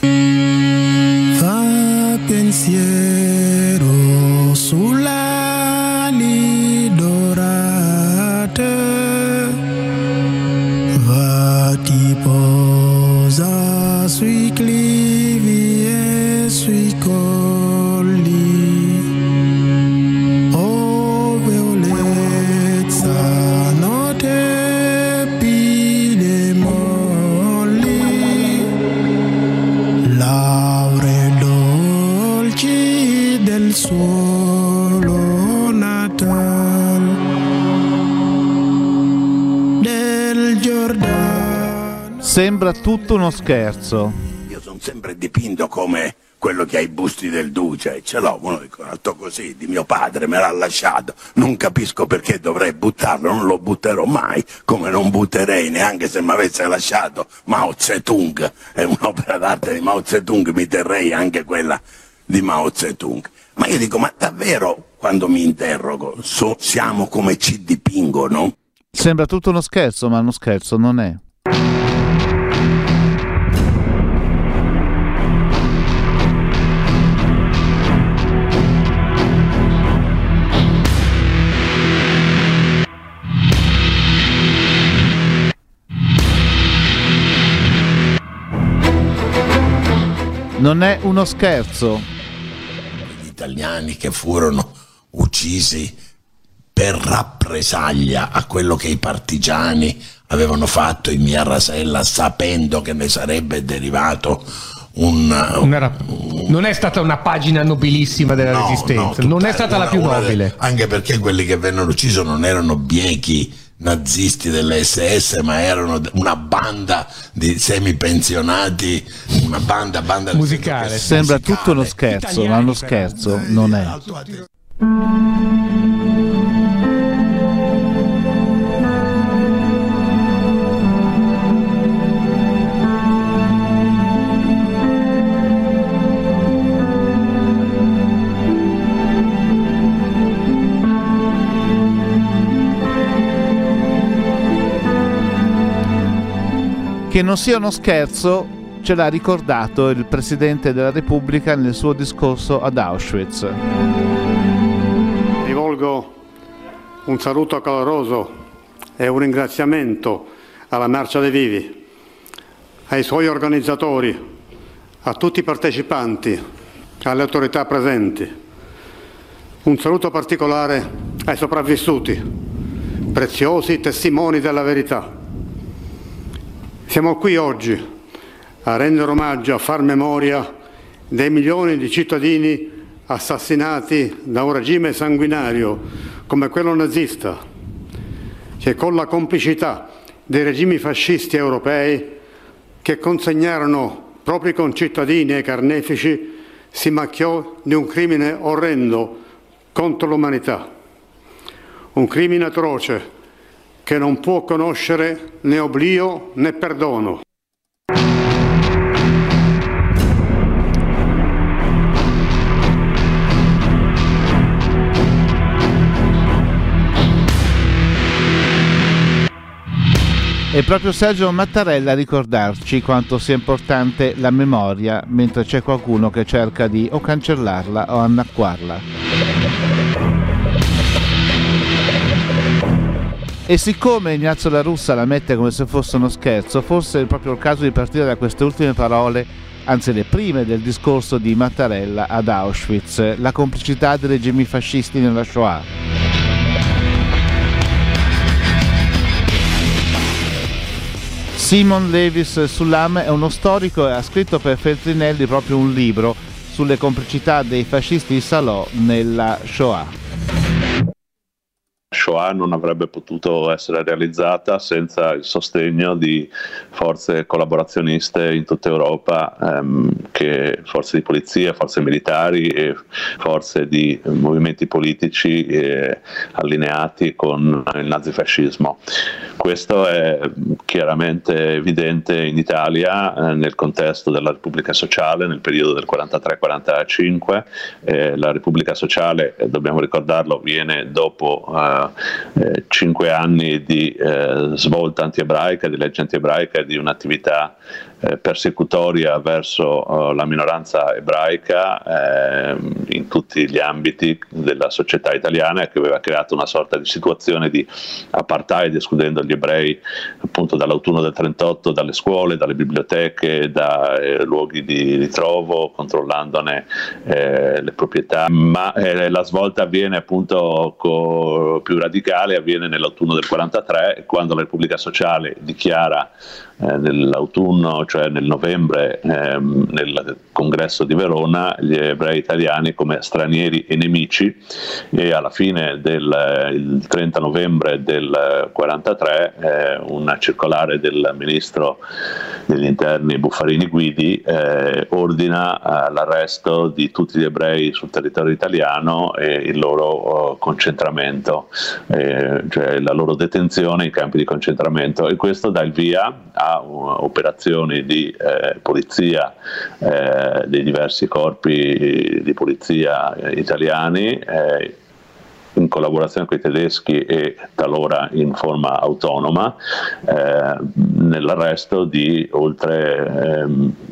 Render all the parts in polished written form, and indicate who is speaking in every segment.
Speaker 1: Fa pensiero sulla ali dorate, va ti posa sui clivi e sui colli, oh violezza notte pile molli, lauree dolci del suolo natal del Giordano.
Speaker 2: Sembra tutto uno scherzo.
Speaker 3: Io sono sempre dipinto come quello che ha i busti del duce, ce l'ho, uno dico alto così, di mio padre, me l'ha lasciato, non capisco perché dovrei buttarlo, non lo butterò mai, come non butterei neanche se mi avesse lasciato Mao Zedong, è un'opera d'arte di Mao Zedong, mi terrei anche quella di Mao Zedong. Ma io dico, ma davvero, quando mi interrogo, siamo come ci dipingono?
Speaker 2: Sembra tutto uno scherzo, ma uno scherzo non è. Non è uno scherzo.
Speaker 3: Gli italiani che furono uccisi per rappresaglia a quello che i partigiani avevano fatto in via Rasella, sapendo che ne sarebbe derivato
Speaker 4: non è stata una pagina nobilissima della Resistenza, non è stata la più nobile.
Speaker 3: Anche perché quelli che vennero uccisi non erano biechi nazisti delle SS, ma erano una banda di semipensionati, una banda
Speaker 4: musicale.
Speaker 2: Sembra tutto uno scherzo, ma uno scherzo non è. Che non sia uno scherzo ce l'ha ricordato il Presidente della Repubblica nel suo discorso ad Auschwitz.
Speaker 5: Rivolgo un saluto caloroso e un ringraziamento alla Marcia dei Vivi, ai suoi organizzatori, a tutti i partecipanti, alle autorità presenti. Un saluto particolare ai sopravvissuti, preziosi testimoni della verità. Siamo qui oggi a rendere omaggio, a far memoria dei milioni di cittadini assassinati da un regime sanguinario come quello nazista, che con la complicità dei regimi fascisti europei che consegnarono propri concittadini ai carnefici si macchiò di un crimine orrendo contro l'umanità, un crimine atroce che non può conoscere né oblio né perdono.
Speaker 2: È proprio Sergio Mattarella a ricordarci quanto sia importante la memoria mentre c'è qualcuno che cerca di o cancellarla o annacquarla. E siccome Ignazio La Russa la mette come se fosse uno scherzo, forse è proprio il caso di partire da queste ultime parole, anzi le prime del discorso di Mattarella ad Auschwitz, la complicità dei regimi fascisti nella Shoah. Simon Lewis Sulam è uno storico e ha scritto per Feltrinelli proprio un libro sulle complicità dei fascisti di Salò nella Shoah.
Speaker 6: Shoah non avrebbe potuto essere realizzata senza il sostegno di forze collaborazioniste in tutta Europa, che forze di polizia, forze militari e forze di movimenti politici allineati con il nazifascismo. Questo è chiaramente evidente in Italia nel contesto della Repubblica Sociale nel periodo del 43-45. La Repubblica Sociale, dobbiamo ricordarlo, viene dopo 5 anni di svolta anti-ebraica, di legge anti-ebraica e di un'attività persecutoria verso la minoranza ebraica in tutti gli ambiti della società italiana, che aveva creato una sorta di situazione di apartheid, escludendo gli ebrei appunto dall'autunno del 38 dalle scuole, dalle biblioteche, da luoghi di ritrovo, controllandone le proprietà. Ma la svolta avviene appunto più radicale, avviene nell'autunno del 43, quando la Repubblica Sociale dichiara nell'autunno, cioè nel novembre, nel congresso di Verona, gli ebrei italiani come stranieri e nemici, e alla fine il 30 novembre del 43 una circolare del ministro degli interni Buffarini Guidi ordina l'arresto di tutti gli ebrei sul territorio italiano e il loro concentramento, cioè la loro detenzione in campi di concentramento, e questo dà il via a operazioni di polizia dei diversi corpi di polizia italiani in collaborazione con i tedeschi e talora in forma autonoma, nell'arresto di oltre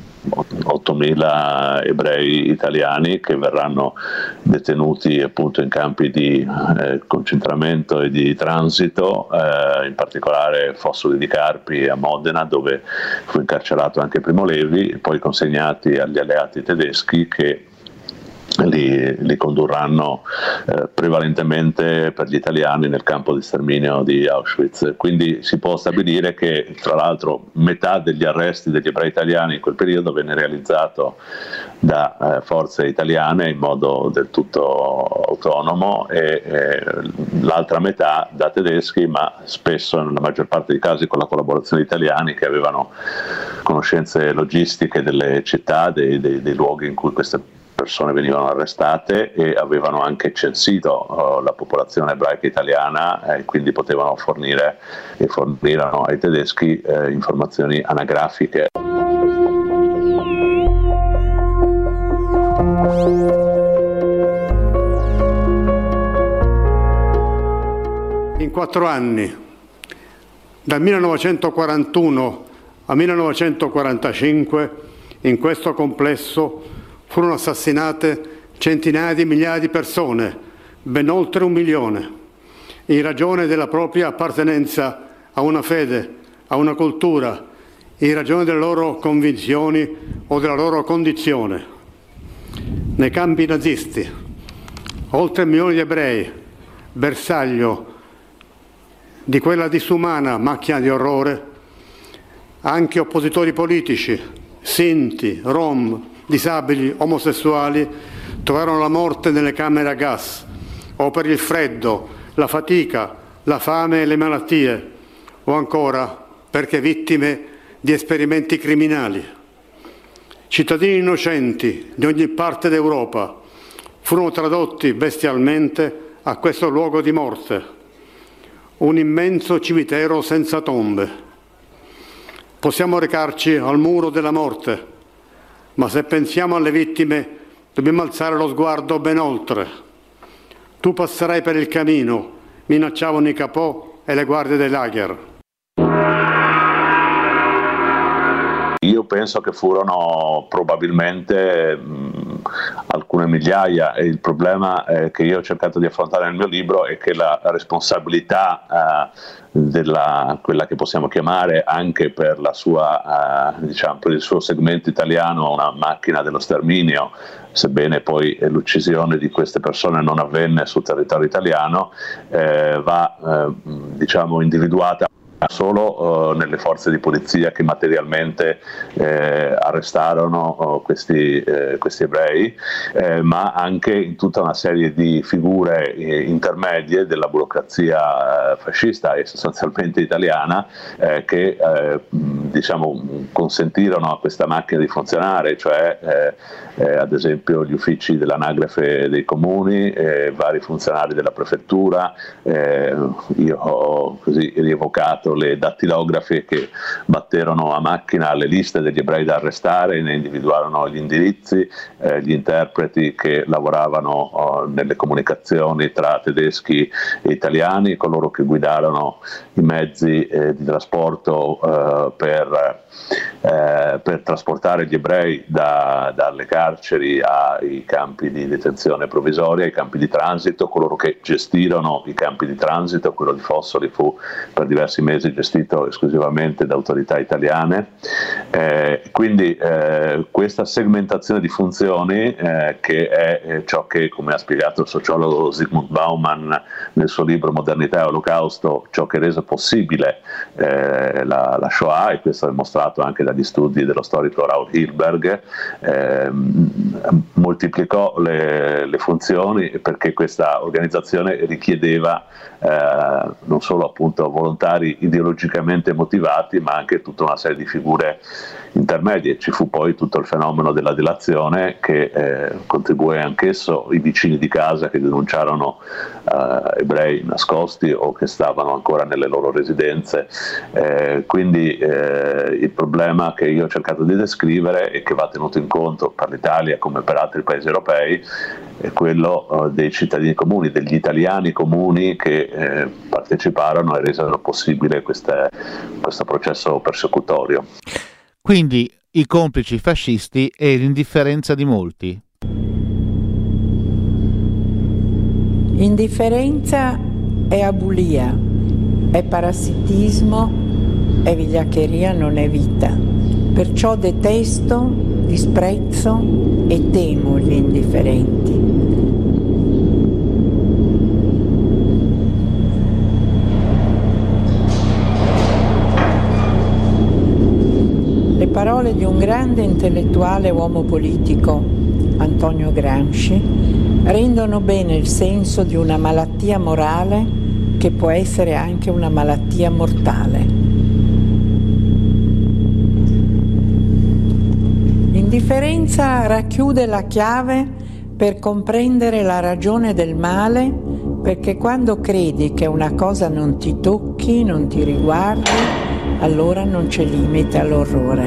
Speaker 6: 8.000 ebrei italiani che verranno detenuti appunto in campi di concentramento e di transito, in particolare Fossoli di Carpi a Modena, dove fu incarcerato anche Primo Levi, poi consegnati agli alleati tedeschi che li condurranno prevalentemente per gli italiani nel campo di sterminio di Auschwitz. Quindi si può stabilire che, tra l'altro, metà degli arresti degli ebrei italiani in quel periodo venne realizzato da forze italiane in modo del tutto autonomo e l'altra metà da tedeschi, ma spesso nella maggior parte dei casi con la collaborazione di italiani che avevano conoscenze logistiche delle città, dei luoghi in cui queste persone venivano arrestate, e avevano anche censito la popolazione ebraica italiana e quindi potevano fornire e fornirono ai tedeschi informazioni anagrafiche.
Speaker 5: In 4 anni, dal 1941 al 1945, in questo complesso furono assassinate centinaia di migliaia di persone, ben oltre 1 milione, in ragione della propria appartenenza a una fede, a una cultura, in ragione delle loro convinzioni o della loro condizione. Nei campi nazisti, oltre 1 milione di ebrei, bersaglio di quella disumana macchina di orrore, anche oppositori politici, sinti, rom, disabili, omosessuali, trovarono la morte nelle camere a gas, o per il freddo, la fatica, la fame e le malattie, o ancora perché vittime di esperimenti criminali. Cittadini innocenti di ogni parte d'Europa furono tradotti bestialmente a questo luogo di morte, un immenso cimitero senza tombe. Possiamo recarci al muro della morte, ma se pensiamo alle vittime dobbiamo alzare lo sguardo ben oltre. Tu passerai per il camino, minacciavano i capò e le guardie dei lager.
Speaker 6: Io penso che furono probabilmente alcune migliaia, e il problema che io ho cercato di affrontare nel mio libro è che la responsabilità quella che possiamo chiamare anche per la sua, diciamo, per il suo segmento italiano una macchina dello sterminio, sebbene poi l'uccisione di queste persone non avvenne sul territorio italiano, va diciamo individuata solo nelle forze di polizia che materialmente arrestarono questi ebrei, ma anche in tutta una serie di figure intermedie della burocrazia fascista e sostanzialmente italiana che consentirono a questa macchina di funzionare, cioè ad esempio gli uffici dell'anagrafe dei comuni, vari funzionari della prefettura. Io ho così rievocato le dattilografe che batterono a macchina le liste degli ebrei da arrestare, ne individuarono gli indirizzi, gli interpreti che lavoravano nelle comunicazioni tra tedeschi e italiani, coloro che guidarono i mezzi di trasporto per trasportare gli ebrei dalle carceri ai campi di detenzione provvisoria, ai campi di transito, coloro che gestirono i campi di transito. Quello di Fossoli fu per diversi mesi gestito esclusivamente da autorità italiane. Quindi questa segmentazione di funzioni, che è ciò che, come ha spiegato il sociologo Zygmunt Bauman nel suo libro Modernità e Olocausto, ciò che rese possibile la Shoah, e questo è dimostrato anche dagli studi dello storico Raoul Hilberg, moltiplicò le funzioni, perché questa organizzazione richiedeva non solo appunto volontari ideologicamente motivati, ma anche tutta una serie di figure intermedie. Ci fu poi tutto il fenomeno della delazione, che contribuì anch'esso, i vicini di casa che denunciarono ebrei nascosti o che stavano ancora nelle loro residenze. Quindi il problema che io ho cercato di descrivere e che va tenuto in conto per l'Italia come per altri paesi europei è quello dei cittadini comuni, degli italiani comuni che parteciparono e resero possibile questo processo persecutorio.
Speaker 2: Quindi i complici fascisti e l'indifferenza di molti.
Speaker 7: Indifferenza è abulia, è parassitismo, è vigliaccheria, non è vita. Perciò detesto, disprezzo e temo gli indifferenti. Le parole di un grande intellettuale uomo politico, Antonio Gramsci, rendono bene il senso di una malattia morale che può essere anche una malattia mortale. L'indifferenza racchiude la chiave per comprendere la ragione del male, perché quando credi che una cosa non ti tocchi, non ti riguardi, allora non c'è limite all'orrore.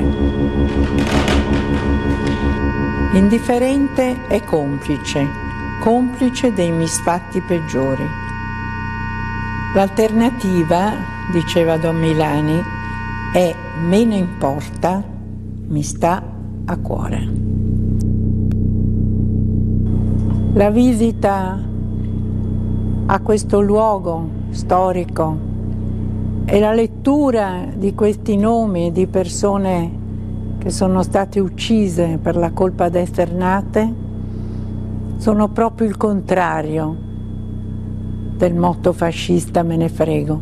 Speaker 7: L'indifferente è complice dei misfatti peggiori. L'alternativa, diceva Don Milani, è me ne importa, mi sta a cuore. La visita a questo luogo storico e la lettura di questi nomi di persone che sono state uccise per la colpa d'essere nate sono proprio il contrario del motto fascista "me ne frego".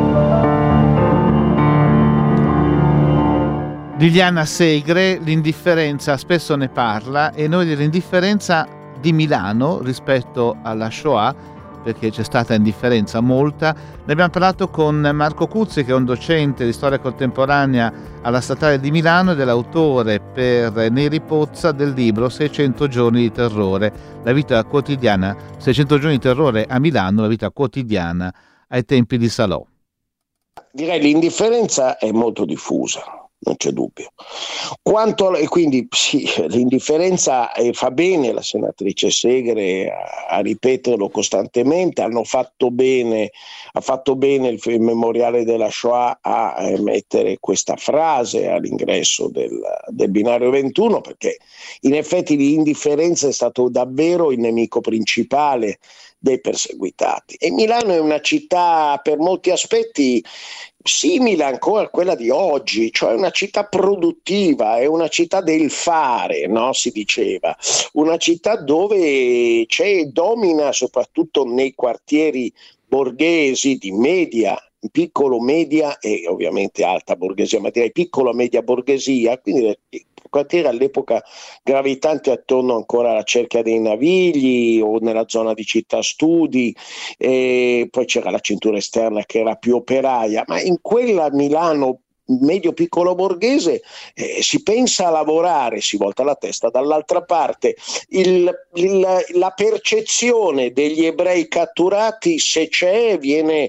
Speaker 2: Liliana Segre, l'indifferenza spesso ne parla, e noi dell'indifferenza di Milano rispetto alla Shoah, perché c'è stata indifferenza molta. Ne abbiamo parlato con Marco Cuzzi, che è un docente di storia contemporanea alla Statale di Milano ed è l'autore per Neri Pozza del libro 600 giorni di terrore, la vita quotidiana, 600 giorni di terrore a Milano, la vita quotidiana ai tempi di Salò.
Speaker 8: Direi l'indifferenza è molto diffusa, non c'è dubbio. E quindi sì, l'indifferenza, fa bene la senatrice Segre a ripeterlo costantemente. Ha fatto bene il memoriale della Shoah a mettere questa frase all'ingresso del binario 21, perché in effetti l'indifferenza è stato davvero il nemico principale dei perseguitati. E Milano è una città per molti aspetti simile ancora a quella di oggi, cioè una città produttiva, è una città del fare, no? Si diceva, una città dove domina soprattutto nei quartieri borghesi di media, piccolo media e ovviamente alta borghesia, ma direi piccola media borghesia, quindi quartieri all'epoca gravitanti attorno ancora alla Cerchia dei Navigli o nella zona di Città Studi, e poi c'era la cintura esterna che era più operaia, ma in quella Milano medio piccolo borghese si pensa a lavorare, si volta la testa dall'altra parte. La percezione degli ebrei catturati, se c'è,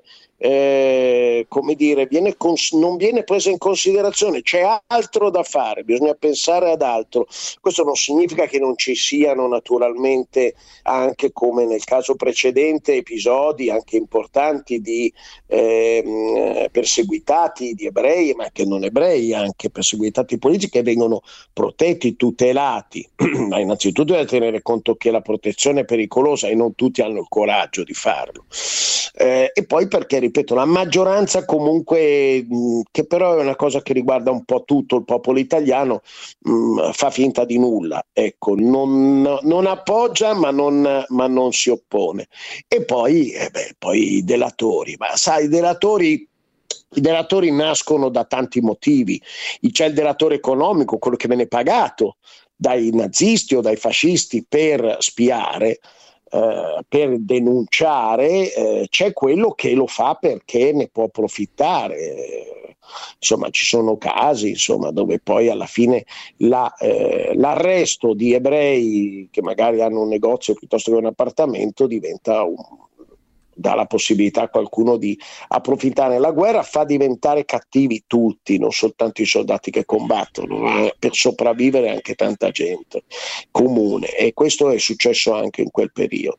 Speaker 8: non viene presa in considerazione. C'è altro da fare, bisogna pensare ad altro. Questo non significa che non ci siano naturalmente, anche come nel caso precedente, episodi anche importanti di perseguitati di ebrei, ma anche non ebrei, anche perseguitati politici, che vengono protetti, tutelati. Ma innanzitutto da tenere conto che la protezione è pericolosa e non tutti hanno il coraggio di farlo. E poi perché, ripeto, la maggioranza comunque, che però è una cosa che riguarda un po' tutto il popolo italiano, fa finta di nulla, ecco, non appoggia ma non si oppone. E poi i delatori, ma sai, i delatori nascono da tanti motivi. C'è il delatore economico, quello che viene pagato dai nazisti o dai fascisti per spiare, per denunciare, c'è quello che lo fa perché ne può approfittare. Insomma, ci sono casi, dove poi alla fine l'arresto di ebrei che magari hanno un negozio piuttosto che un appartamento dà la possibilità a qualcuno di approfittare. La guerra fa diventare cattivi tutti, non soltanto i soldati che combattono, per sopravvivere anche tanta gente comune, e questo è successo anche in quel periodo.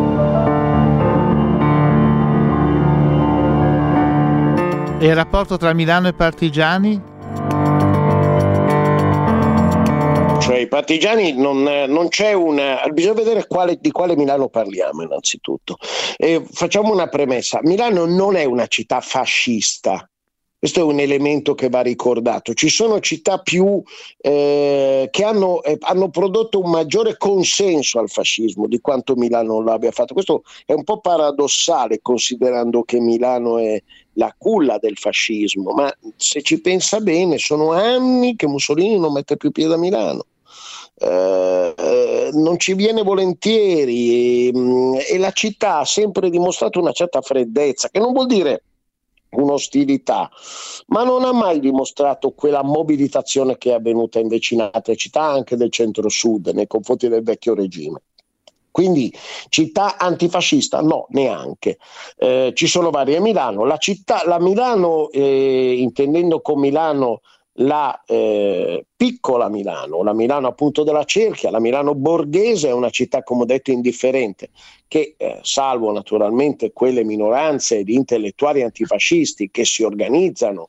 Speaker 2: E il rapporto tra Milano e partigiani?
Speaker 8: Cioè i partigiani non c'è bisogna vedere di quale Milano parliamo innanzitutto. Facciamo una premessa: Milano non è una città fascista. Questo è un elemento che va ricordato. Ci sono città più che hanno prodotto un maggiore consenso al fascismo di quanto Milano non l'abbia fatto. Questo è un po' paradossale, considerando che Milano è la culla del fascismo, ma se ci pensa bene sono anni che Mussolini non mette più piede a Milano. Non ci viene volentieri, e la città ha sempre dimostrato una certa freddezza, che non vuol dire un'ostilità, ma non ha mai dimostrato quella mobilitazione che è avvenuta invece in altre città, anche del centro-sud, nei confronti del vecchio regime. Quindi città antifascista? No, neanche. Ci sono varie Milano. La Milano, intendendo con Milano la piccola Milano, la Milano appunto della cerchia, la Milano borghese, è una città, come ho detto, indifferente, che salvo naturalmente quelle minoranze di intellettuali antifascisti che si organizzano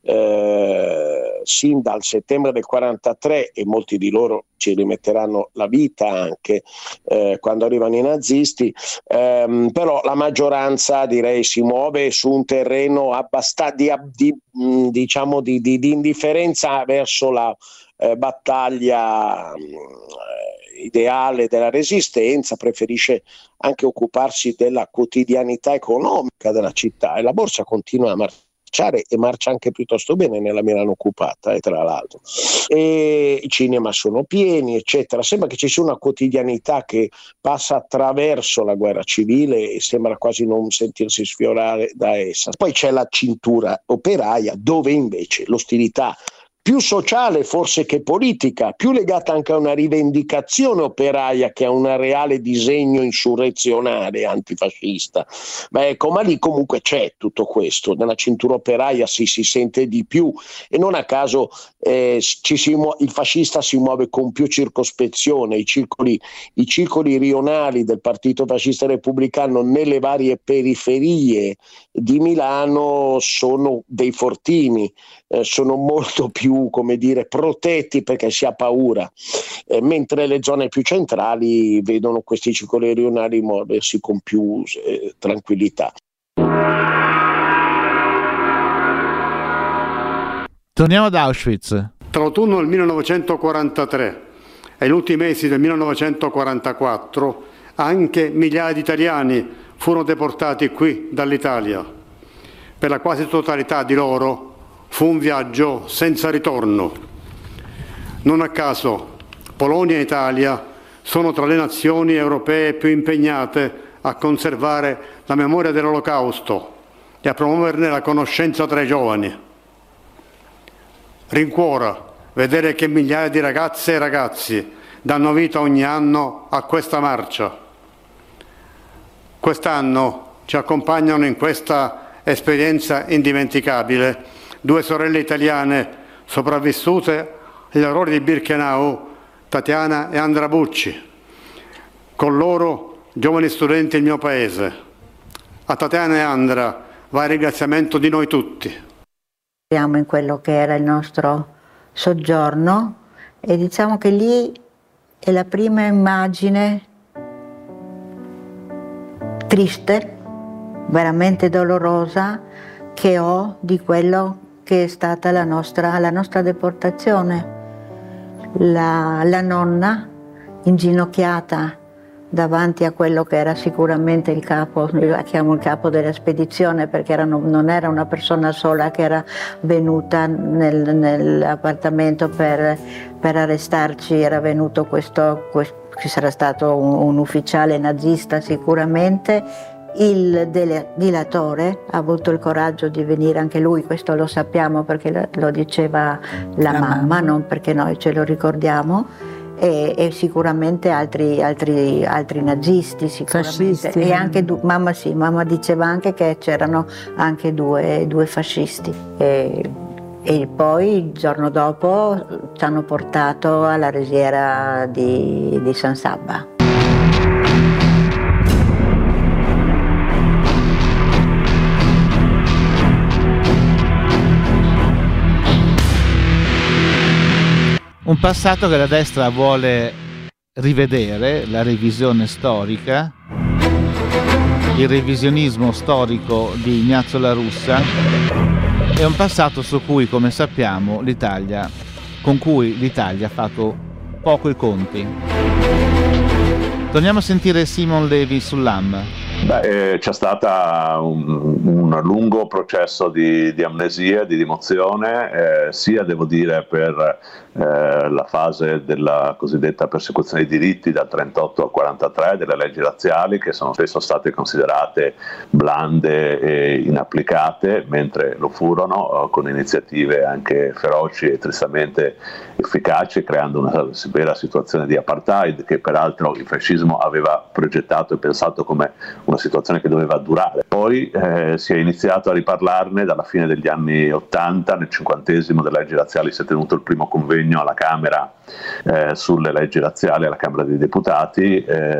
Speaker 8: sin dal settembre del 43, e molti di loro ci rimetteranno la vita anche quando arrivano i nazisti, però la maggioranza, direi, si muove su un terreno di indifferenza verso la battaglia ideale della resistenza, preferisce anche occuparsi della quotidianità economica della città, e la borsa continua a marciare, e marcia anche piuttosto bene nella Milano occupata, tra l'altro, e i cinema sono pieni, eccetera. Sembra che ci sia una quotidianità che passa attraverso la guerra civile e sembra quasi non sentirsi sfiorare da essa. Poi c'è la cintura operaia, dove invece l'ostilità più sociale forse che politica, più legata anche a una rivendicazione operaia che a un reale disegno insurrezionale antifascista. Ma lì comunque c'è tutto questo. Nella cintura operaia si sente di più, e non a caso il fascista si muove con più circospezione. I circoli rionali del Partito Fascista Repubblicano nelle varie periferie di Milano sono dei fortini, sono molto più, protetti, perché si ha paura, mentre le zone più centrali vedono questi circoli rionali muoversi con più tranquillità.
Speaker 2: Torniamo ad Auschwitz.
Speaker 5: Tra l'autunno del 1943 e gli ultimi mesi del 1944 anche migliaia di italiani furono deportati qui dall'Italia. Per la quasi totalità di loro fu un viaggio senza ritorno. Non a caso Polonia e Italia sono tra le nazioni europee più impegnate a conservare la memoria dell'Olocausto e a promuoverne la conoscenza tra i giovani. rincuora vedere che migliaia di ragazze e ragazzi danno vita ogni anno a questa marcia. Quest'anno ci accompagnano in questa esperienza indimenticabile 2 sorelle italiane sopravvissute agli orrori di Birkenau, Tatiana e Andra Bucci. Con loro, giovani studenti del mio paese. A Tatiana e Andra va il ringraziamento di noi tutti.
Speaker 9: Siamo in quello che era il nostro soggiorno e diciamo che lì è la prima immagine triste, veramente dolorosa, che ho di quello che è stata la nostra deportazione. La nonna inginocchiata davanti a quello che era sicuramente il capo, io la chiamo il capo della spedizione perché non era una persona sola che era venuta nell'appartamento per arrestarci, era venuto questo che sarà stato un ufficiale nazista sicuramente. Il dilatore ha avuto il coraggio di venire anche lui, questo lo sappiamo perché lo diceva la mamma, non perché noi ce lo ricordiamo. E sicuramente altri nazisti, sicuramente. Fascisti. E anche mamma diceva anche che c'erano anche due fascisti. E poi il giorno dopo ci hanno portato alla resiera di San Sabba.
Speaker 2: Un passato che la destra vuole rivedere, la revisione storica, il revisionismo storico di Ignazio La Russa, è un passato su cui, come sappiamo, con cui l'Italia ha fatto poco i conti. Torniamo a sentire Simon Levi sull'AM.
Speaker 6: C'è stato un lungo processo di amnesia, di rimozione, sia devo dire per la fase della cosiddetta persecuzione dei diritti dal 38 al 43, delle leggi razziali che sono spesso state considerate blande e inapplicate, mentre lo furono, con iniziative anche feroci e tristemente efficaci, creando una severa situazione di apartheid che peraltro il fascismo aveva progettato e pensato come una situazione che doveva durare. Poi si è iniziato a riparlarne dalla fine degli anni 80, nel 50° delle leggi razziali si è tenuto il primo convegno alla Camera sulle leggi razziali, alla Camera dei Deputati,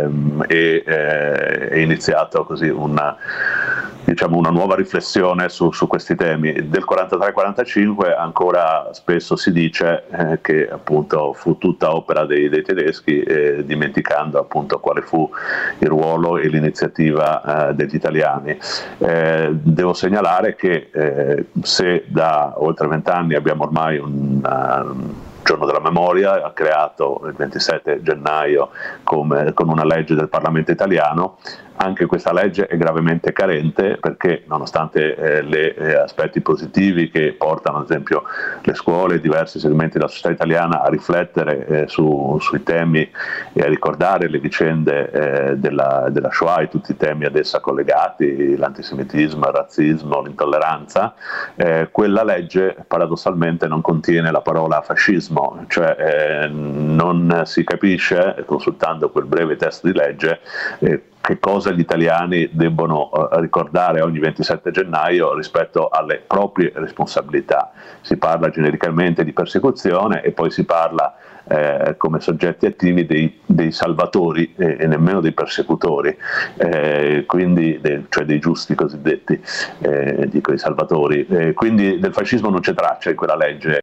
Speaker 6: è iniziato così una nuova riflessione su questi temi. Del 43-45 ancora spesso si dice che appunto fu tutta opera dei tedeschi, dimenticando appunto quale fu il ruolo e l'iniziativa degli italiani. Devo segnalare che se da oltre 20 anni abbiamo ormai un Giorno della Memoria, ha creato il 27 gennaio con una legge del Parlamento italiano. Anche questa legge è gravemente carente perché, nonostante gli aspetti positivi che portano ad esempio le scuole e diversi segmenti della società italiana a riflettere sui temi e a ricordare le vicende della Shoah e tutti i temi ad essa collegati, l'antisemitismo, il razzismo, l'intolleranza, quella legge paradossalmente non contiene la parola fascismo, cioè non si capisce, consultando quel breve testo di legge, che cosa gli italiani debbono ricordare ogni 27 gennaio rispetto alle proprie responsabilità. Si parla genericamente di persecuzione e poi si parla come soggetti attivi dei salvatori e nemmeno dei persecutori, quindi cioè dei giusti cosiddetti, dico i salvatori. Quindi del fascismo non c'è traccia in quella legge.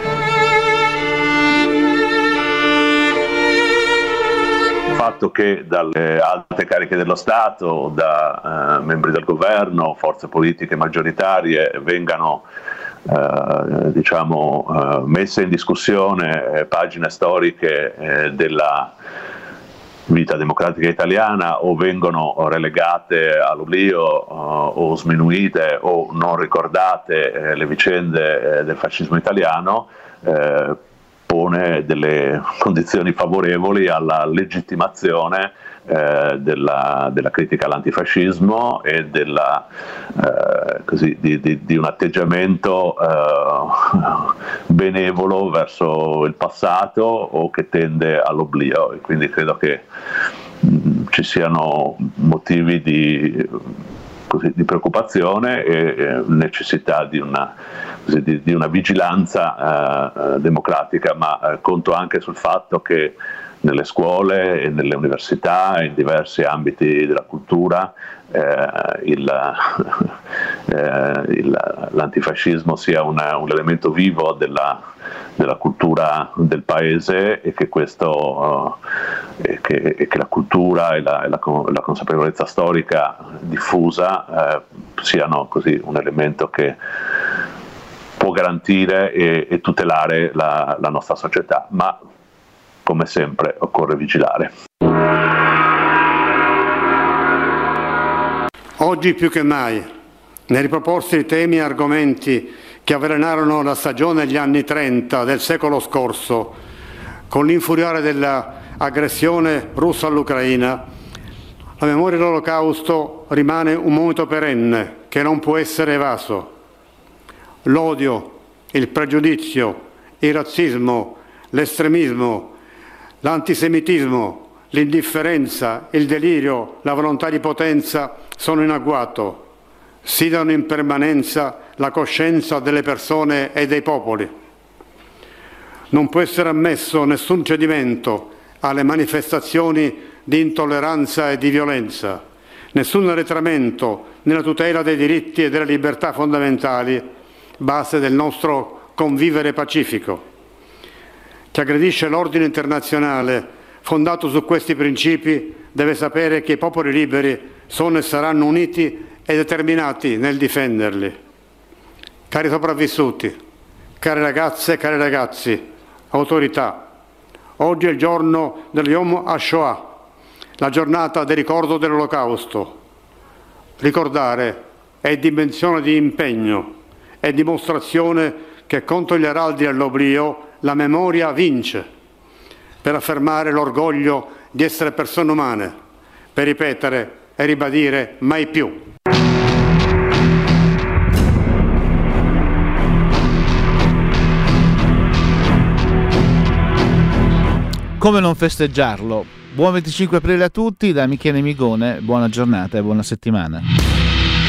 Speaker 6: Fatto che dalle alte cariche dello Stato, da membri del governo, forze politiche maggioritarie vengano messe in discussione pagine storiche della vita democratica italiana o vengono relegate all'oblio o sminuite o non ricordate le vicende del fascismo italiano, pone delle condizioni favorevoli alla legittimazione della critica all'antifascismo e di un atteggiamento benevolo verso il passato o che tende all'oblio, e quindi credo che ci siano motivi di preoccupazione e necessità di una vigilanza democratica, ma conto anche sul fatto che nelle scuole e nelle università e in diversi ambiti della cultura l'antifascismo sia un elemento vivo della cultura del paese, e che questo che la cultura e la consapevolezza storica diffusa siano così un elemento che può garantire e tutelare la nostra società, ma come sempre occorre vigilare.
Speaker 5: Oggi più che mai, nel riproporsi temi e argomenti che avvelenarono la stagione degli anni 30 del secolo scorso, con l'infuriare dell'aggressione russa all'Ucraina, la memoria dell'Olocausto rimane un monito perenne che non può essere evaso. L'odio, il pregiudizio, il razzismo, l'estremismo, l'antisemitismo, l'indifferenza, il delirio, la volontà di potenza sono in agguato, sfidano in permanenza la coscienza delle persone e dei popoli. Non può essere ammesso nessun cedimento alle manifestazioni di intolleranza e di violenza, nessun arretramento nella tutela dei diritti e delle libertà fondamentali, base del nostro convivere pacifico. Chi aggredisce l'ordine internazionale fondato su questi principi deve sapere che i popoli liberi sono e saranno uniti e determinati nel difenderli. Cari sopravvissuti, care ragazze e cari ragazzi, autorità, oggi è il giorno del Yom HaShoah, la giornata del ricordo dell'Olocausto. Ricordare è dimensione di impegno, è dimostrazione che contro gli araldi dell'oblio la memoria vince, per affermare l'orgoglio di essere persone umane, per ripetere e ribadire mai più.
Speaker 2: Come non festeggiarlo? Buon 25 aprile a tutti da Michele Migone, buona giornata e buona settimana.